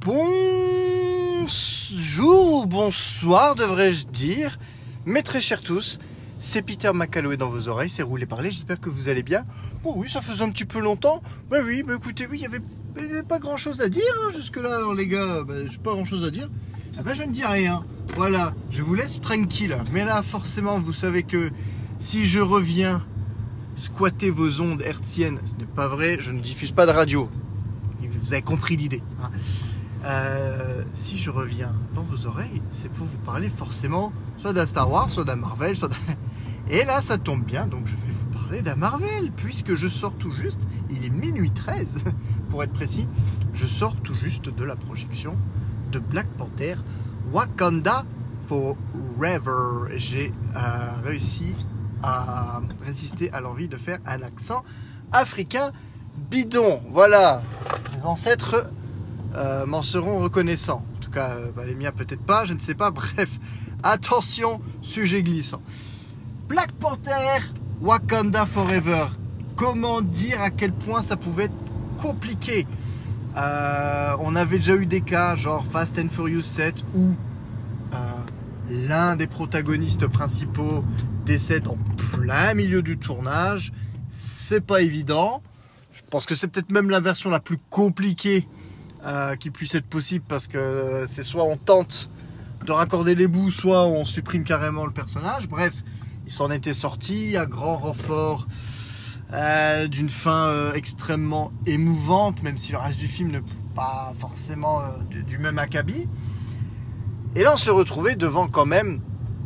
Bonjour ou bonsoir devrais-je dire, mes très chers tous, c'est Peter McCalloway dans vos oreilles, c'est Roulé Parler, j'espère que vous allez bien. Bon oui, ça faisait un petit peu longtemps, écoutez, oui, il y avait pas grand chose à dire, hein, jusque là alors les gars, j'ai pas grand chose à dire, je ne dis rien, voilà, je vous laisse tranquille, mais là forcément vous savez que si je reviens squatter vos ondes hertziennes, ce n'est pas vrai, je ne diffuse pas de radio, vous avez compris l'idée, hein. Si je reviens dans vos oreilles, c'est pour vous parler forcément soit d'un Star Wars, soit d'un Marvel, et là ça tombe bien, donc je vais vous parler d'un Marvel, puisque je sors tout juste, il est minuit 13 pour être précis, je sors tout juste de la projection de Black Panther Wakanda Forever. J'ai réussi à résister à l'envie de faire un accent africain bidon, voilà, mes ancêtres m'en seront reconnaissants. En tout cas, les miens peut-être pas, je ne sais pas. Bref, attention, sujet glissant. Black Panther, Wakanda Forever. Comment dire à quel point ça pouvait être compliqué. On avait déjà eu des cas, genre Fast and Furious 7, où l'un des protagonistes principaux décède en plein milieu du tournage. C'est pas évident. Je pense que c'est peut-être même la version la plus compliquée qui puisse être possible, parce que c'est soit on tente de raccorder les bouts, soit on supprime carrément le personnage. Bref, il s'en était sorti à grand renfort d'une fin extrêmement émouvante, même si le reste du film n'est pas forcément du même acabit. Et là on se retrouvait devant quand même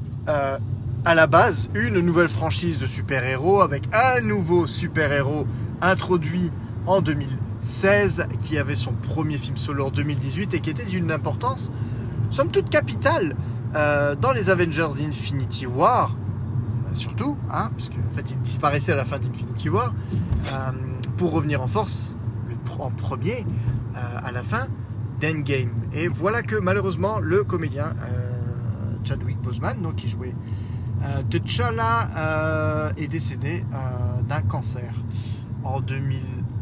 à la base une nouvelle franchise de super-héros, avec un nouveau super-héros introduit en 2016, qui avait son premier film solo en 2018 et qui était d'une importance somme toute capitale dans les Avengers Infinity War, surtout, hein, puisque en fait il disparaissait à la fin d'Infinity War pour revenir en force en premier à la fin d'Endgame. Et voilà que malheureusement le comédien Chadwick Boseman, donc, qui jouait T'Challa, est décédé d'un cancer en 2020,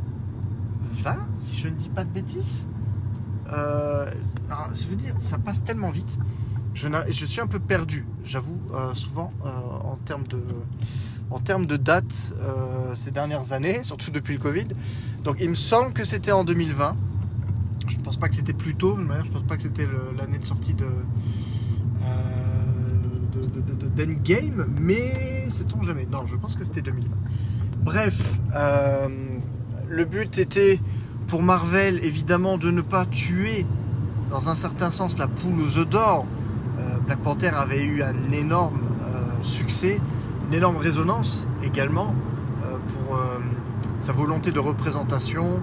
si je ne dis pas de bêtises. Alors, je veux dire, ça passe tellement vite. Je suis un peu perdu, j'avoue, souvent en termes de date ces dernières années, surtout depuis le Covid. Donc il me semble que c'était en 2020. Je ne pense pas que c'était plus tôt, je ne pense pas que c'était l'année de sortie d'Endgame, mais sait-on jamais. Non, je pense que c'était 2020. Bref, le but était pour Marvel évidemment de ne pas tuer dans un certain sens la poule aux œufs d'or. Black Panther avait eu un énorme succès, une énorme résonance également pour sa volonté de représentation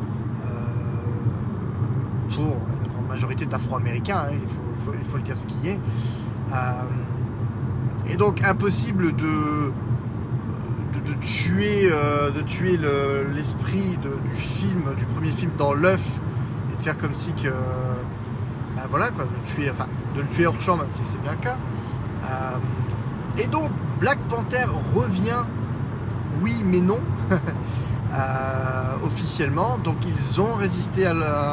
pour une grande majorité d'Afro-Américains, hein, il faut le dire ce qui est. Et donc impossible de tuer l'esprit du film, du premier film dans l'œuf, et de faire comme si que voilà quoi, de le tuer hors champ, même si c'est bien le cas. Et donc Black Panther revient, oui mais non, officiellement. Donc ils ont résisté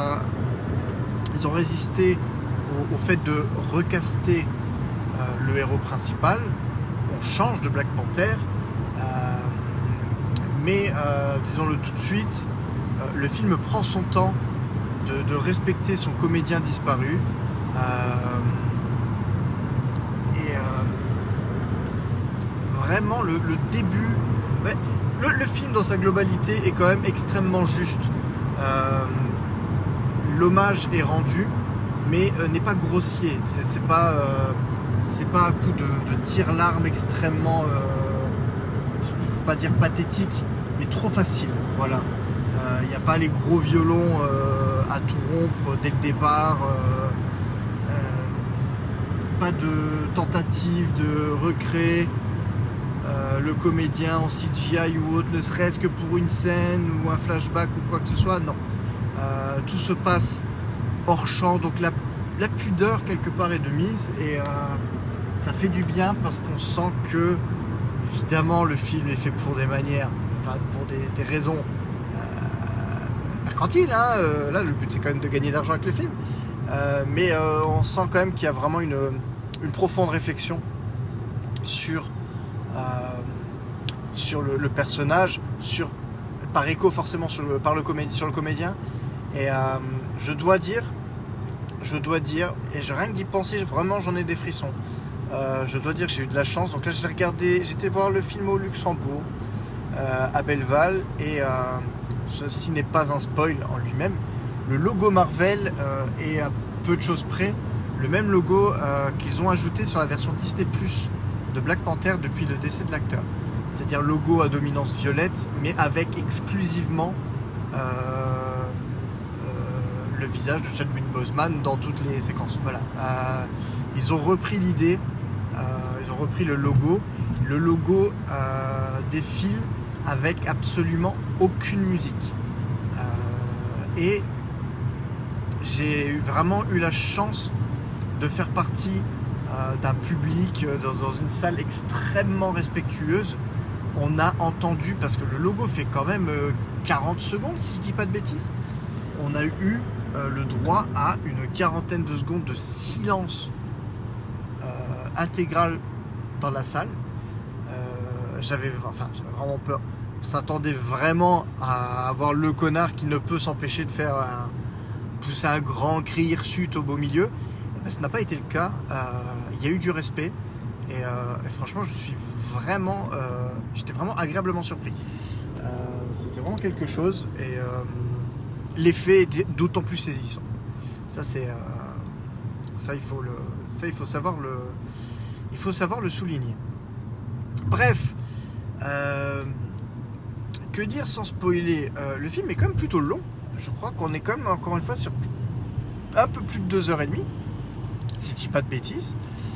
au fait de recaster le héros principal. On change de Black Panther, mais disons-le tout de suite, le film prend son temps de respecter son comédien disparu, vraiment le début, le film dans sa globalité est quand même extrêmement juste. L'hommage est rendu, mais n'est pas grossier. C'est pas un coup de tire-larme extrêmement, je ne veux pas dire pathétique, mais trop facile. Voilà. Il n'y a pas les gros violons à tout rompre dès le départ. Pas de tentative de recréer le comédien en CGI ou autre, ne serait-ce que pour une scène ou un flashback ou quoi que ce soit. Non. Tout se passe hors champ, donc la pudeur quelque part est de mise, et ça fait du bien parce qu'on sent que évidemment le film est fait pour des manières, pour des raisons mercantiles, hein. Là le but c'est quand même de gagner d'argent avec le film, mais on sent quand même qu'il y a vraiment une profonde réflexion sur le personnage, par écho forcément sur le comédien. Et je dois dire, et rien que d'y penser, vraiment j'en ai des frissons. Je dois dire que j'ai eu de la chance. Donc là j'étais voir le film au Luxembourg, à Belleval, et ceci n'est pas un spoil en lui-même. Le logo Marvel est à peu de choses près le même logo qu'ils ont ajouté sur la version Disney+ de Black Panther depuis le décès de l'acteur. C'est-à-dire logo à dominance violette, mais avec exclusivement le visage de Chadwick Boseman dans toutes les séquences. Voilà. Ils ont repris l'idée, ils ont repris le logo. Le logo défile avec absolument aucune musique. Et j'ai vraiment eu la chance de faire partie d'un public dans une salle extrêmement respectueuse. On a entendu, parce que le logo fait quand même 40 secondes si je dis pas de bêtises, on a eu le droit à une quarantaine de secondes de silence intégral dans la salle. J'avais vraiment peur. On s'attendait vraiment à avoir le connard qui ne peut s'empêcher de pousser un grand cri hirsute au beau milieu. Et ben, ce n'a pas été le cas. Il y a eu du respect et franchement j'étais vraiment agréablement surpris. C'était vraiment quelque chose et l'effet était d'autant plus saisissant. Il faut savoir le souligner. Bref, que dire sans spoiler, le film est quand même plutôt long. Je crois qu'on est quand même encore une fois sur un peu plus de 2h30, si je dis pas de bêtises.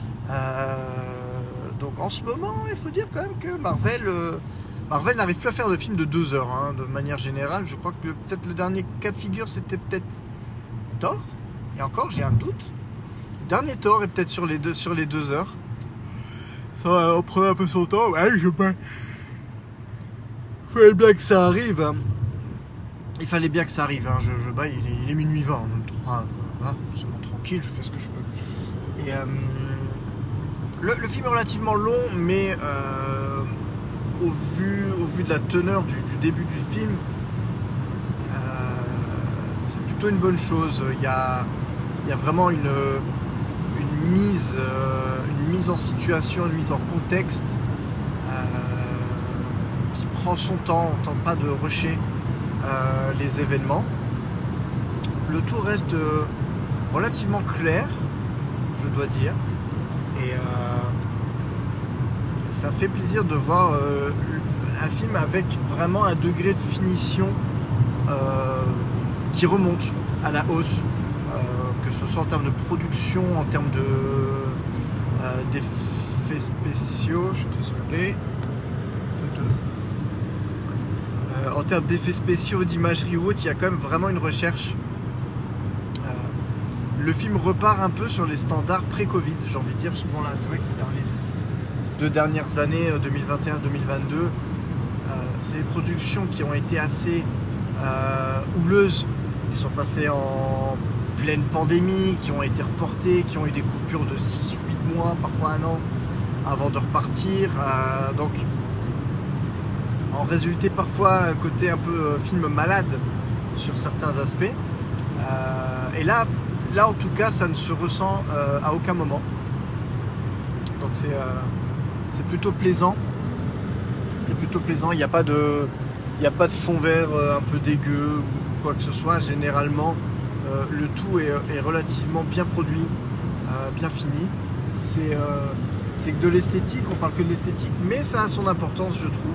Donc en ce moment, il faut dire quand même que Marvel n'arrive plus à faire de films de 2 heures, hein, de manière générale. Je crois que peut-être le dernier cas de figure, c'était peut-être Thor. Et encore, j'ai un doute. Le dernier Thor est peut-être sur les 2 heures. Ça, on prenait un peu son temps. Ouais, je sais pas. Il fallait bien que ça arrive. Hein. Il fallait bien que ça arrive. Hein. Il est minuit 20 en même temps. C'est bon, tranquille, je fais ce que je peux. Et le film est relativement long, mais au vu de la teneur du début du film, c'est plutôt une bonne chose. Il y a vraiment une mise en situation, une mise en contexte qui prend son temps. On ne tente pas de rusher les événements. Le tout reste relativement clair, je dois dire, et ça fait plaisir de voir un film avec vraiment un degré de finition qui remonte à la hausse, que ce soit en termes de production, en termes d'effets spéciaux, je suis désolé, en termes d'effets spéciaux, d'imagerie ou autre, il y a quand même vraiment une recherche. Le film repart un peu sur les standards pré-Covid, j'ai envie de dire, parce que bon là, c'est vrai que ces 2 dernières années, 2021-2022, c'est des productions qui ont été assez houleuses, qui sont passées en pleine pandémie, qui ont été reportées, qui ont eu des coupures de 6-8 mois, parfois 1 an, avant de repartir. Donc, en résultait parfois un côté un peu film malade sur certains aspects. Et là, en tout cas, ça ne se ressent à aucun moment. Donc c'est plutôt plaisant. C'est plutôt plaisant. Il n'y a pas de fond vert un peu dégueu ou quoi que ce soit. Généralement, le tout est relativement bien produit, bien fini. C'est que de l'esthétique. On parle que de l'esthétique, mais ça a son importance, je trouve.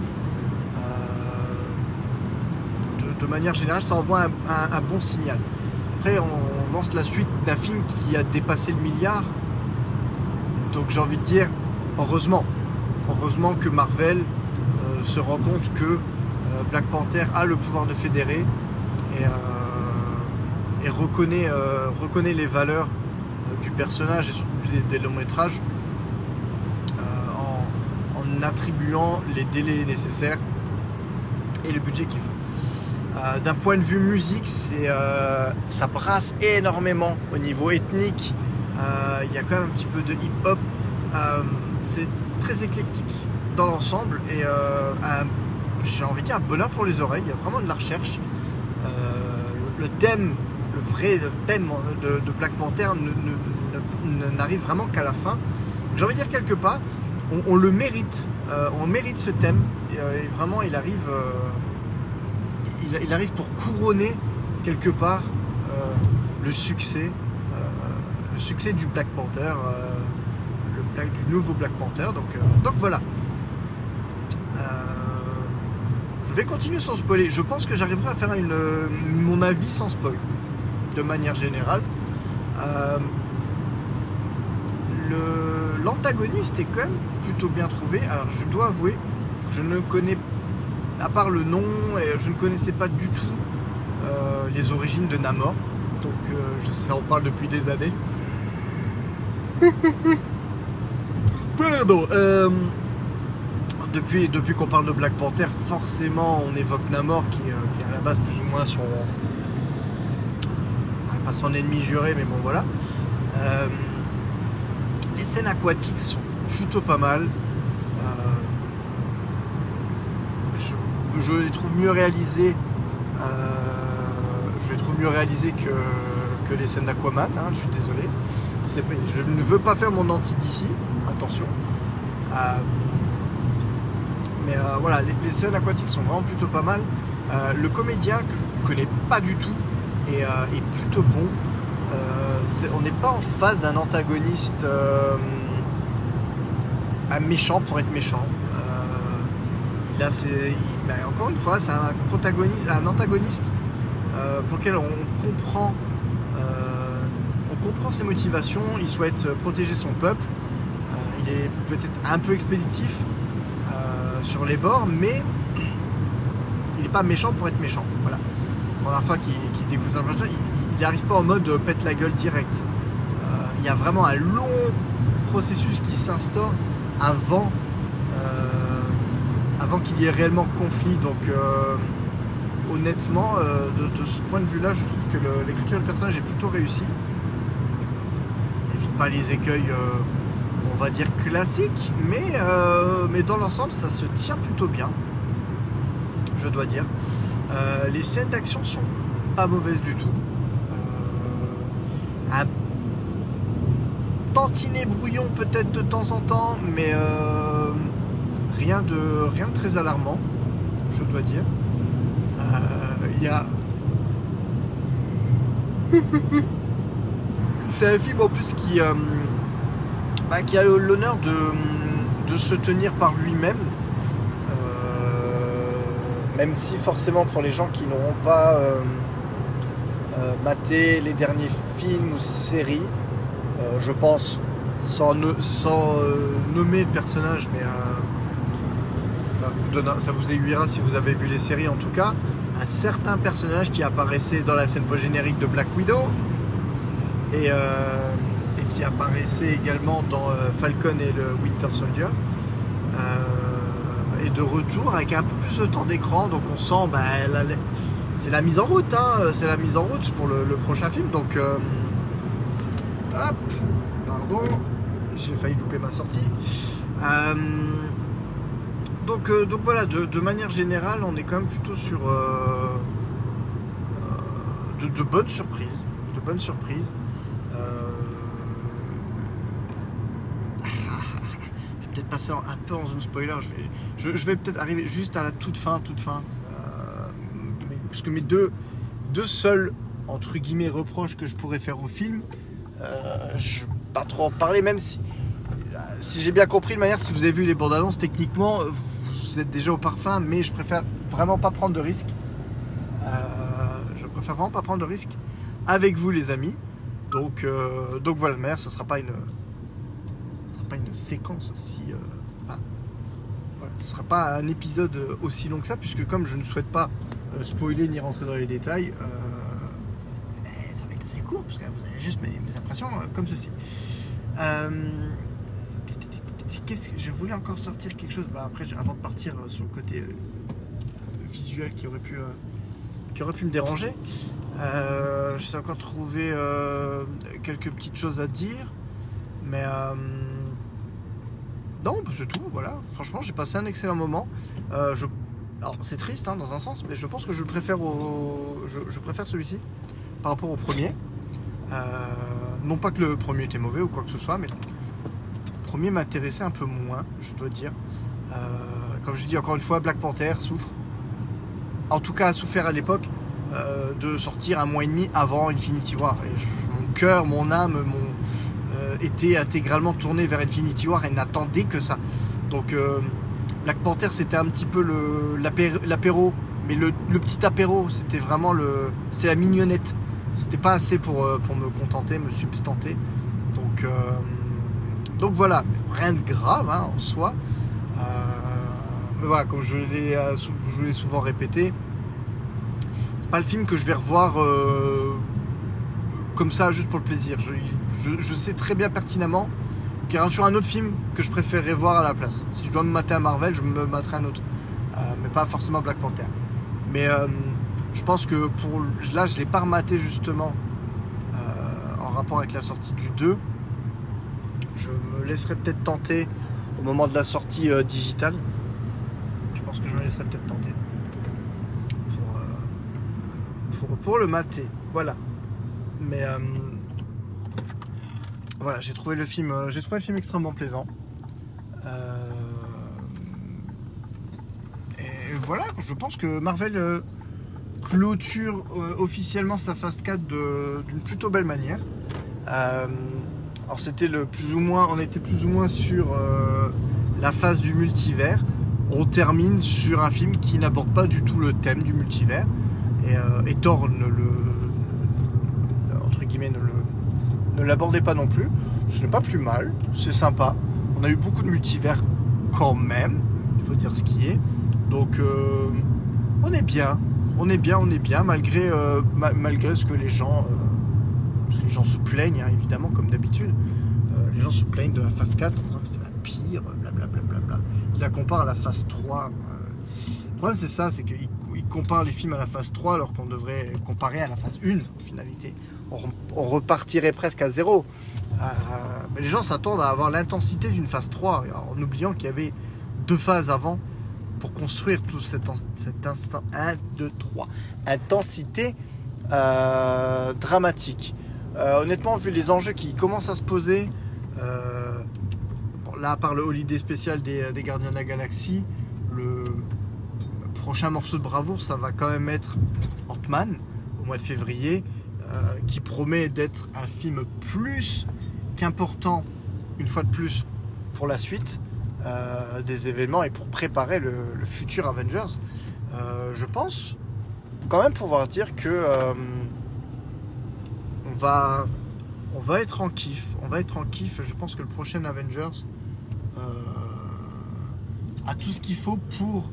De manière générale, ça envoie un bon signal. Après, on lance la suite d'un film qui a dépassé le milliard. Donc j'ai envie de dire, heureusement que Marvel se rend compte que Black Panther a le pouvoir de fédérer et reconnaît les valeurs du personnage et surtout des longs métrages en attribuant les délais nécessaires et le budget qu'il faut. D'un point de vue musique, ça brasse énormément au niveau ethnique. Il y a quand même un petit peu de hip-hop. C'est très éclectique dans l'ensemble et j'ai envie de dire un bonheur pour les oreilles. Il y a vraiment de la recherche. Le thème, le vrai thème de Black Panther n'arrive vraiment qu'à la fin. J'ai envie de dire quelque part, on le mérite. On mérite ce thème et vraiment il arrive pour couronner quelque part le succès du Black Panther, du nouveau Black Panther. Donc voilà. Je vais continuer sans spoiler. Je pense que j'arriverai à faire mon avis sans spoil, de manière générale. L'antagoniste est quand même plutôt bien trouvé. Alors je dois avouer que je ne connais, à part le nom, je ne connaissais pas du tout les origines de Namor. Donc ça en parle depuis des années. Pardon. Depuis qu'on parle de Black Panther, forcément on évoque Namor qui est à la base plus ou moins pas son ennemi juré, mais bon voilà. Les scènes aquatiques sont plutôt pas mal. Je les trouve mieux réalisées. Que les scènes d'Aquaman. Hein, je suis désolé. Je ne veux pas faire mon anti-DC. Attention. Mais voilà, les scènes aquatiques sont vraiment plutôt pas mal. Le comédien que je ne connais pas du tout est plutôt bon. On n'est pas en face d'un antagoniste un méchant pour être méchant. Encore une fois, c'est un antagoniste pour lequel on comprend ses motivations. Il souhaite protéger son peuple. Il est peut-être un peu expéditif sur les bords, mais il n'est pas méchant pour être méchant. Voilà. La première fois qu'il découvre ça, il n'arrive pas en mode pète la gueule direct. Il y a vraiment un long processus qui s'instaure avant qu'il y ait réellement conflit. Donc honnêtement, de ce point de vue-là, je trouve que l'écriture du personnage est plutôt réussie. On n'évite pas les écueils, on va dire classiques, mais dans l'ensemble, ça se tient plutôt bien, je dois dire. Les scènes d'action sont pas mauvaises du tout. Un tantinet brouillon peut-être de temps en temps, mais rien de très alarmant, je dois dire. C'est un film en plus qui a l'honneur de se tenir par lui-même, même si forcément pour les gens qui n'auront pas maté les derniers films ou séries, je pense sans nommer le personnage, mais ça vous aiguillera si vous avez vu les séries en tout cas, un certain personnage qui apparaissait dans la scène post-générique de Black Widow et qui apparaissait également dans Falcon et le Winter Soldier, et de retour avec un peu plus de temps d'écran, donc on sent c'est la mise en route, hein, c'est la mise en route pour le prochain film. Donc hop, pardon, j'ai failli louper ma sortie. Donc voilà, de manière générale, on est quand même plutôt sur de bonnes surprises. De bonnes surprises. Je vais peut-être passer un peu en zone spoiler. Je vais peut-être arriver juste à la toute fin. Parce que mes deux seuls, entre guillemets, reproches que je pourrais faire au film, je ne vais pas trop en parler, même si j'ai bien compris de manière, si vous avez vu les bandes annonces, techniquement, vous êtes déjà au parfum, mais je préfère vraiment pas prendre de risques. Avec vous, les amis. Donc voilà, de manière, ce sera pas une séquence aussi. Ce ne sera pas un épisode aussi long que ça, puisque comme je ne souhaite pas spoiler ni rentrer dans les détails, ça va être assez court, parce que vous avez juste mes impressions comme ceci. Je voulais encore sortir quelque chose, après, avant de partir sur le côté visuel qui aurait pu qui aurait pu me déranger. J'essaie encore de trouver quelques petites choses à dire. Mais non, c'est tout, voilà. Franchement, j'ai passé un excellent moment. Alors, c'est triste dans un sens, mais je pense que je préfère celui-ci par rapport au premier. Non pas que le premier était mauvais ou quoi que ce soit, mais le premier m'intéressait un peu moins, je dois dire. Comme je dis encore une fois, Black Panther souffre. En tout cas, a souffert à l'époque de sortir un mois et demi avant Infinity War. Et mon cœur, mon âme, était intégralement tourné vers Infinity War et n'attendait que ça. Donc Black Panther, c'était un petit peu l'apéro, mais le petit apéro, c'était vraiment c'est la mignonnette. C'était pas assez pour me contenter, me substanter. Donc voilà, rien de grave en soi. Mais voilà, comme je l'ai souvent répété, c'est pas le film que je vais revoir comme ça juste pour le plaisir. Je sais très bien pertinemment qu'il y aura toujours un autre film que je préférerais voir à la place. Si je dois me mater à Marvel, je me materai un autre, mais pas forcément Black Panther. Mais je pense que là, je l'ai pas rematé justement en rapport avec la sortie du 2. Je me laisserai peut-être tenter au moment de la sortie digitale. Je pense que je me laisserai peut-être tenter pour le mater. Voilà. Mais voilà, j'ai trouvé le film extrêmement plaisant. Et voilà, je pense que Marvel clôture officiellement sa phase 4 d'une plutôt belle manière. Alors c'était on était plus ou moins sur la phase du multivers. On termine sur un film qui n'aborde pas du tout le thème du multivers. Et Thor entre guillemets ne l'abordait pas non plus. Ce n'est pas plus mal, c'est sympa. On a eu beaucoup de multivers quand même, il faut dire ce qui est. Donc on est bien, malgré ce que les gens se plaignent, évidemment, comme d'habitude. Les gens se plaignent de la phase 4 en disant que c'était la pire, blablabla. Ils la comparent à la phase 3. Le problème, c'est ça, c'est qu'ils comparent les films à la phase 3 alors qu'on devrait comparer à la phase 1, en finalité. On repartirait presque à zéro. Mais les gens s'attendent à avoir l'intensité d'une phase 3, en oubliant qu'il y avait 2 phases avant pour construire tout cet instant 1, 2, 3. Intensité dramatique. Honnêtement, vu les enjeux qui commencent à se poser, là, à part le holiday spécial des Gardiens de la Galaxie, le prochain morceau de bravoure, ça va quand même être Ant-Man, au mois de février, qui promet d'être un film plus qu'important, une fois de plus, pour la suite des événements et pour préparer le futur Avengers. Je pense quand même pouvoir dire que on va être en kiff. Je pense que le prochain Avengers a tout ce qu'il faut pour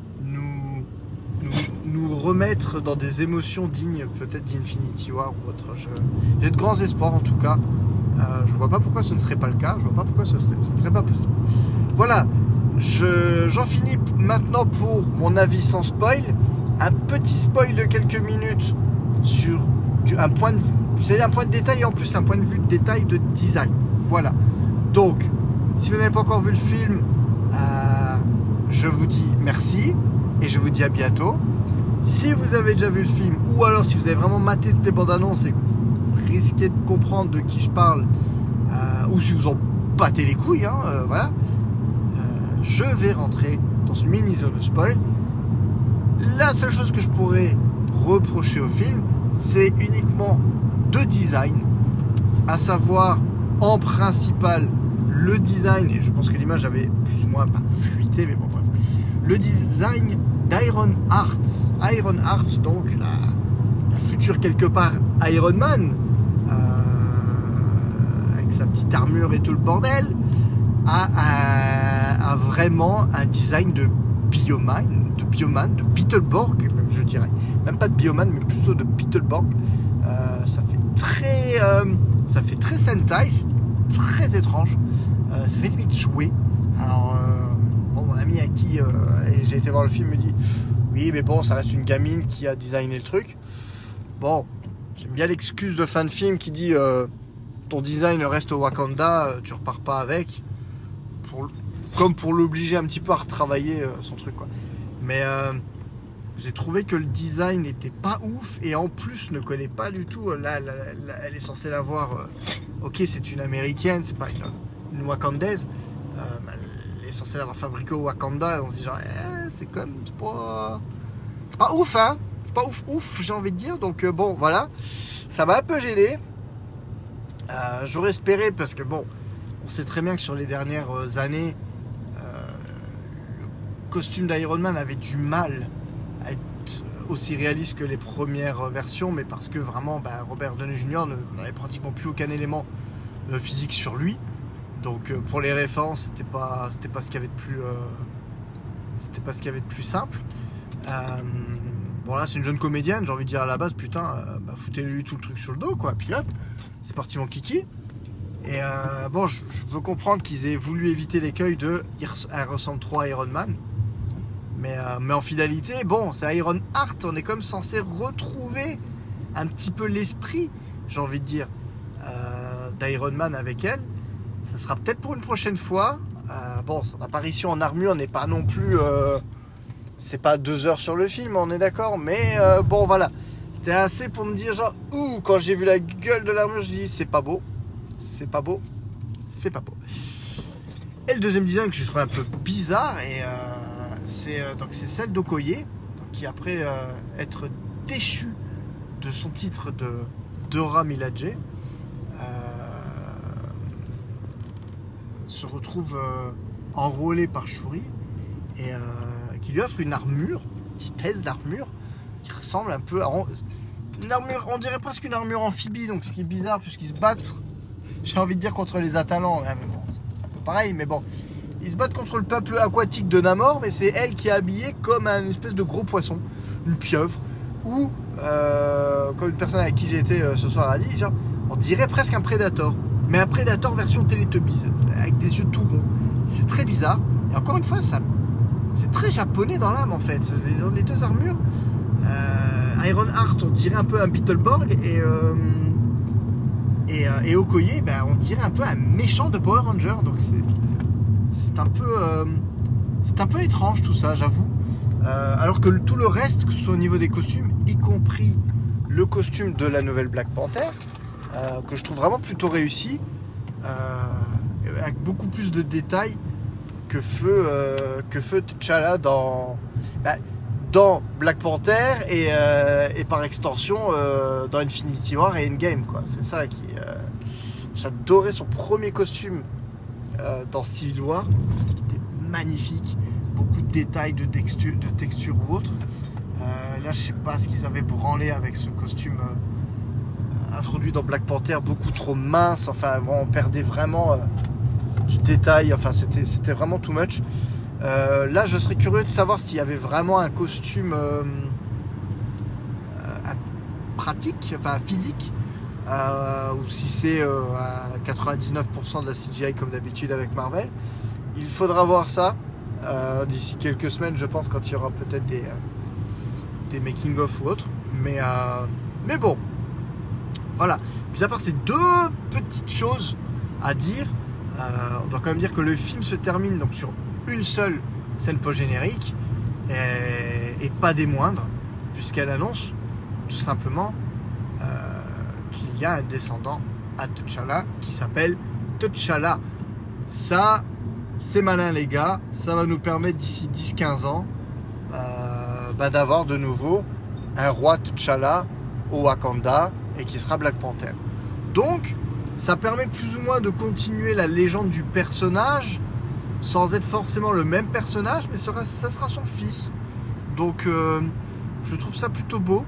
nous remettre dans des émotions dignes peut-être d'Infinity War ou autre. J'ai de grands espoirs en tout cas. Je vois pas pourquoi ce ne serait pas le cas. Je vois pas pourquoi ce ne serait pas possible. Voilà, j'en finis maintenant pour mon avis sans spoil. Un petit spoil de quelques minutes sur un point de vue. C'est un point de détail et en plus un point de vue de détail de design. Voilà. Donc, si vous n'avez pas encore vu le film, je vous dis merci et je vous dis à bientôt. Si vous avez déjà vu le film ou alors si vous avez vraiment maté toutes les bandes annonces et que vous risquez de comprendre de qui je parle, ou si vous en battez les couilles, voilà, je vais rentrer dans une mini zone de spoil. La seule chose que je pourrais reprocher au film, c'est uniquement de design, à savoir en principal le design, et je pense que l'image avait plus ou moins pas fuité, mais bon bref, le design d'Iron Heart, donc la future quelque part Iron Man, avec sa petite armure et tout le bordel, a vraiment un design de Bioman, de Beetleborg, même je dirais, même pas de Bioman, mais plutôt de Beetleborg. Ça fait très Sentai, c'est très étrange. Ça fait limite jouer. Alors, mon ami à qui j'ai été voir le film me dit Oui, mais bon, ça reste une gamine qui a designé le truc. Bon, j'aime bien l'excuse de fin de film qui dit ton design reste au Wakanda, tu repars pas avec. Comme pour l'obliger un petit peu à retravailler son truc, quoi. Mais j'ai trouvé que le design n'était pas ouf et en plus ne connaît pas du tout. Là, elle est censée l'avoir. Ok, c'est une américaine, c'est pas une wakandaise. Elle est censée l'avoir fabriquée au Wakanda. Et on se dit genre, c'est comme. C'est pas ouf, hein. C'est pas ouf, j'ai envie de dire. Donc bon, voilà. Ça m'a un peu gêné. J'aurais espéré parce que bon, on sait très bien que sur les dernières années, le costume d'Iron Man avait du mal à être aussi réaliste que les premières versions, mais parce que vraiment Robert Downey Jr. n'avait pratiquement plus aucun élément physique sur lui. Donc pour les références, c'était pas ce qu'il y avait de plus simple. Bon là c'est une jeune comédienne, j'ai envie de dire à la base putain, foutez-lui tout le truc sur le dos quoi, puis hop, c'est parti mon kiki. Et bon, je veux comprendre qu'ils aient voulu éviter l'écueil de elle ressemble trop à Iron Man. Mais en finalité, bon, c'est Iron Heart, on est comme censé retrouver un petit peu l'esprit, j'ai envie de dire, d'Iron Man avec elle. Ça sera peut-être pour une prochaine fois. Bon, son apparition en armure n'est pas non plus... c'est pas 2 heures sur le film, on est d'accord. Mais bon, voilà. C'était assez pour me dire genre... Ouh, quand j'ai vu la gueule de l'armure, je dis c'est pas beau. C'est pas beau. C'est pas beau. Et le deuxième design que j'ai trouvé un peu bizarre, et c'est celle d'Okoye, qui après être déchu de son titre de Dora Milaje, se retrouve enrôlé par Shuri et qui lui offre une armure, une espèce d'armure qui ressemble un peu à une armure, on dirait presque une armure amphibie, donc ce qui est bizarre puisqu'ils se battent, j'ai envie de dire, contre les Atalans, mais bon, c'est un peu pareil, mais bon, ils se battent contre le peuple aquatique de Namor, mais c'est elle qui est habillée comme une espèce de gros poisson, une pieuvre, ou comme une personne avec qui j'ai été ce soir a dit, genre, on dirait presque un Predator. Mais un Predator version Teletubbies, avec des yeux tout ronds. C'est très bizarre. Et encore une fois, c'est très japonais dans l'âme en fait. Les deux armures. Iron Heart, on dirait un peu un Beetleborg. Et Okoye, on dirait un peu un méchant de Power Ranger. Donc c'est un peu étrange tout ça, j'avoue. Alors que tout le reste, que ce soit au niveau des costumes, y compris le costume de la nouvelle Black Panther, que je trouve vraiment plutôt réussi, avec beaucoup plus de détails que feu T'Challa dans Black Panther et par extension dans Infinity War et Endgame quoi. C'est ça qui j'adorais son premier costume dans Civil War, qui était magnifique, beaucoup de détails, de texture ou autre. Là je sais pas ce qu'ils avaient branlé avec ce costume introduit dans Black Panther, beaucoup trop mince, enfin bon, on perdait vraiment du détail, enfin c'était vraiment too much. Là je serais curieux de savoir s'il y avait vraiment un costume pratique, enfin physique, ou si c'est à 99% de la CGI comme d'habitude avec Marvel. Il faudra voir ça d'ici quelques semaines, je pense, quand il y aura peut-être des making-of ou autres, mais bon, voilà. Mis à part ces deux petites choses à dire, on doit quand même dire que le film se termine donc sur une seule scène post-générique, et pas des moindres, puisqu'elle annonce tout simplement qu'il y a un descendant à T'Challa qui s'appelle T'Challa. Ça, c'est malin les gars, ça va nous permettre d'ici 10-15 ans d'avoir de nouveau un roi T'Challa au Wakanda et qui sera Black Panther. Donc ça permet plus ou moins de continuer la légende du personnage sans être forcément le même personnage, mais ça sera son fils. Donc je trouve ça plutôt beau.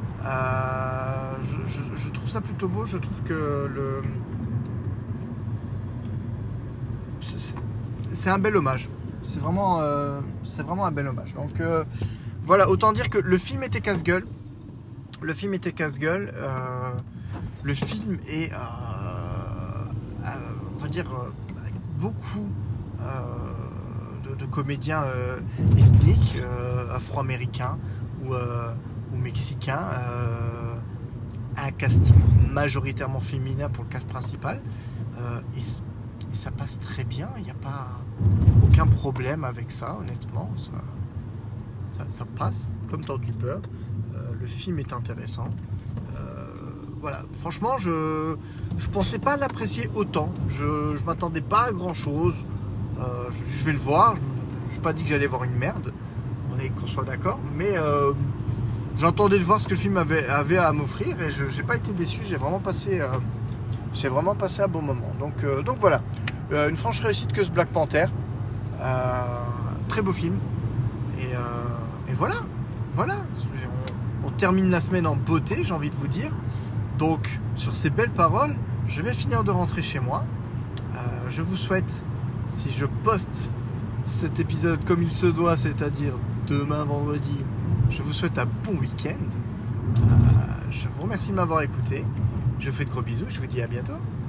Je trouve ça plutôt beau. Je trouve que c'est un bel hommage. C'est vraiment un bel hommage. Donc voilà, autant dire que le film était casse-gueule. Le film est on va dire, avec beaucoup de comédiens ethniques, afro-américains ou mexicains, un casting majoritairement féminin pour le cast principal, et ça passe très bien, il n'y a pas aucun problème avec ça, honnêtement, ça passe comme dans du beurre. Le film est intéressant. Voilà, franchement, je pensais pas l'apprécier autant. Je m'attendais pas à grand chose. Je vais le voir. Je n'ai pas dit que j'allais voir une merde. Qu'on soit d'accord. Mais j'entendais de voir ce que le film avait à m'offrir et je n'ai pas été déçu. J'ai vraiment passé un bon moment. Donc voilà, une franche réussite que ce Black Panther. Très beau film. Et voilà. On termine la semaine en beauté, j'ai envie de vous dire. Donc, sur ces belles paroles, je vais finir de rentrer chez moi. Je vous souhaite, si je poste cet épisode comme il se doit, c'est-à-dire demain vendredi, je vous souhaite un bon week-end. Je vous remercie de m'avoir écouté. Je vous fais de gros bisous et je vous dis à bientôt.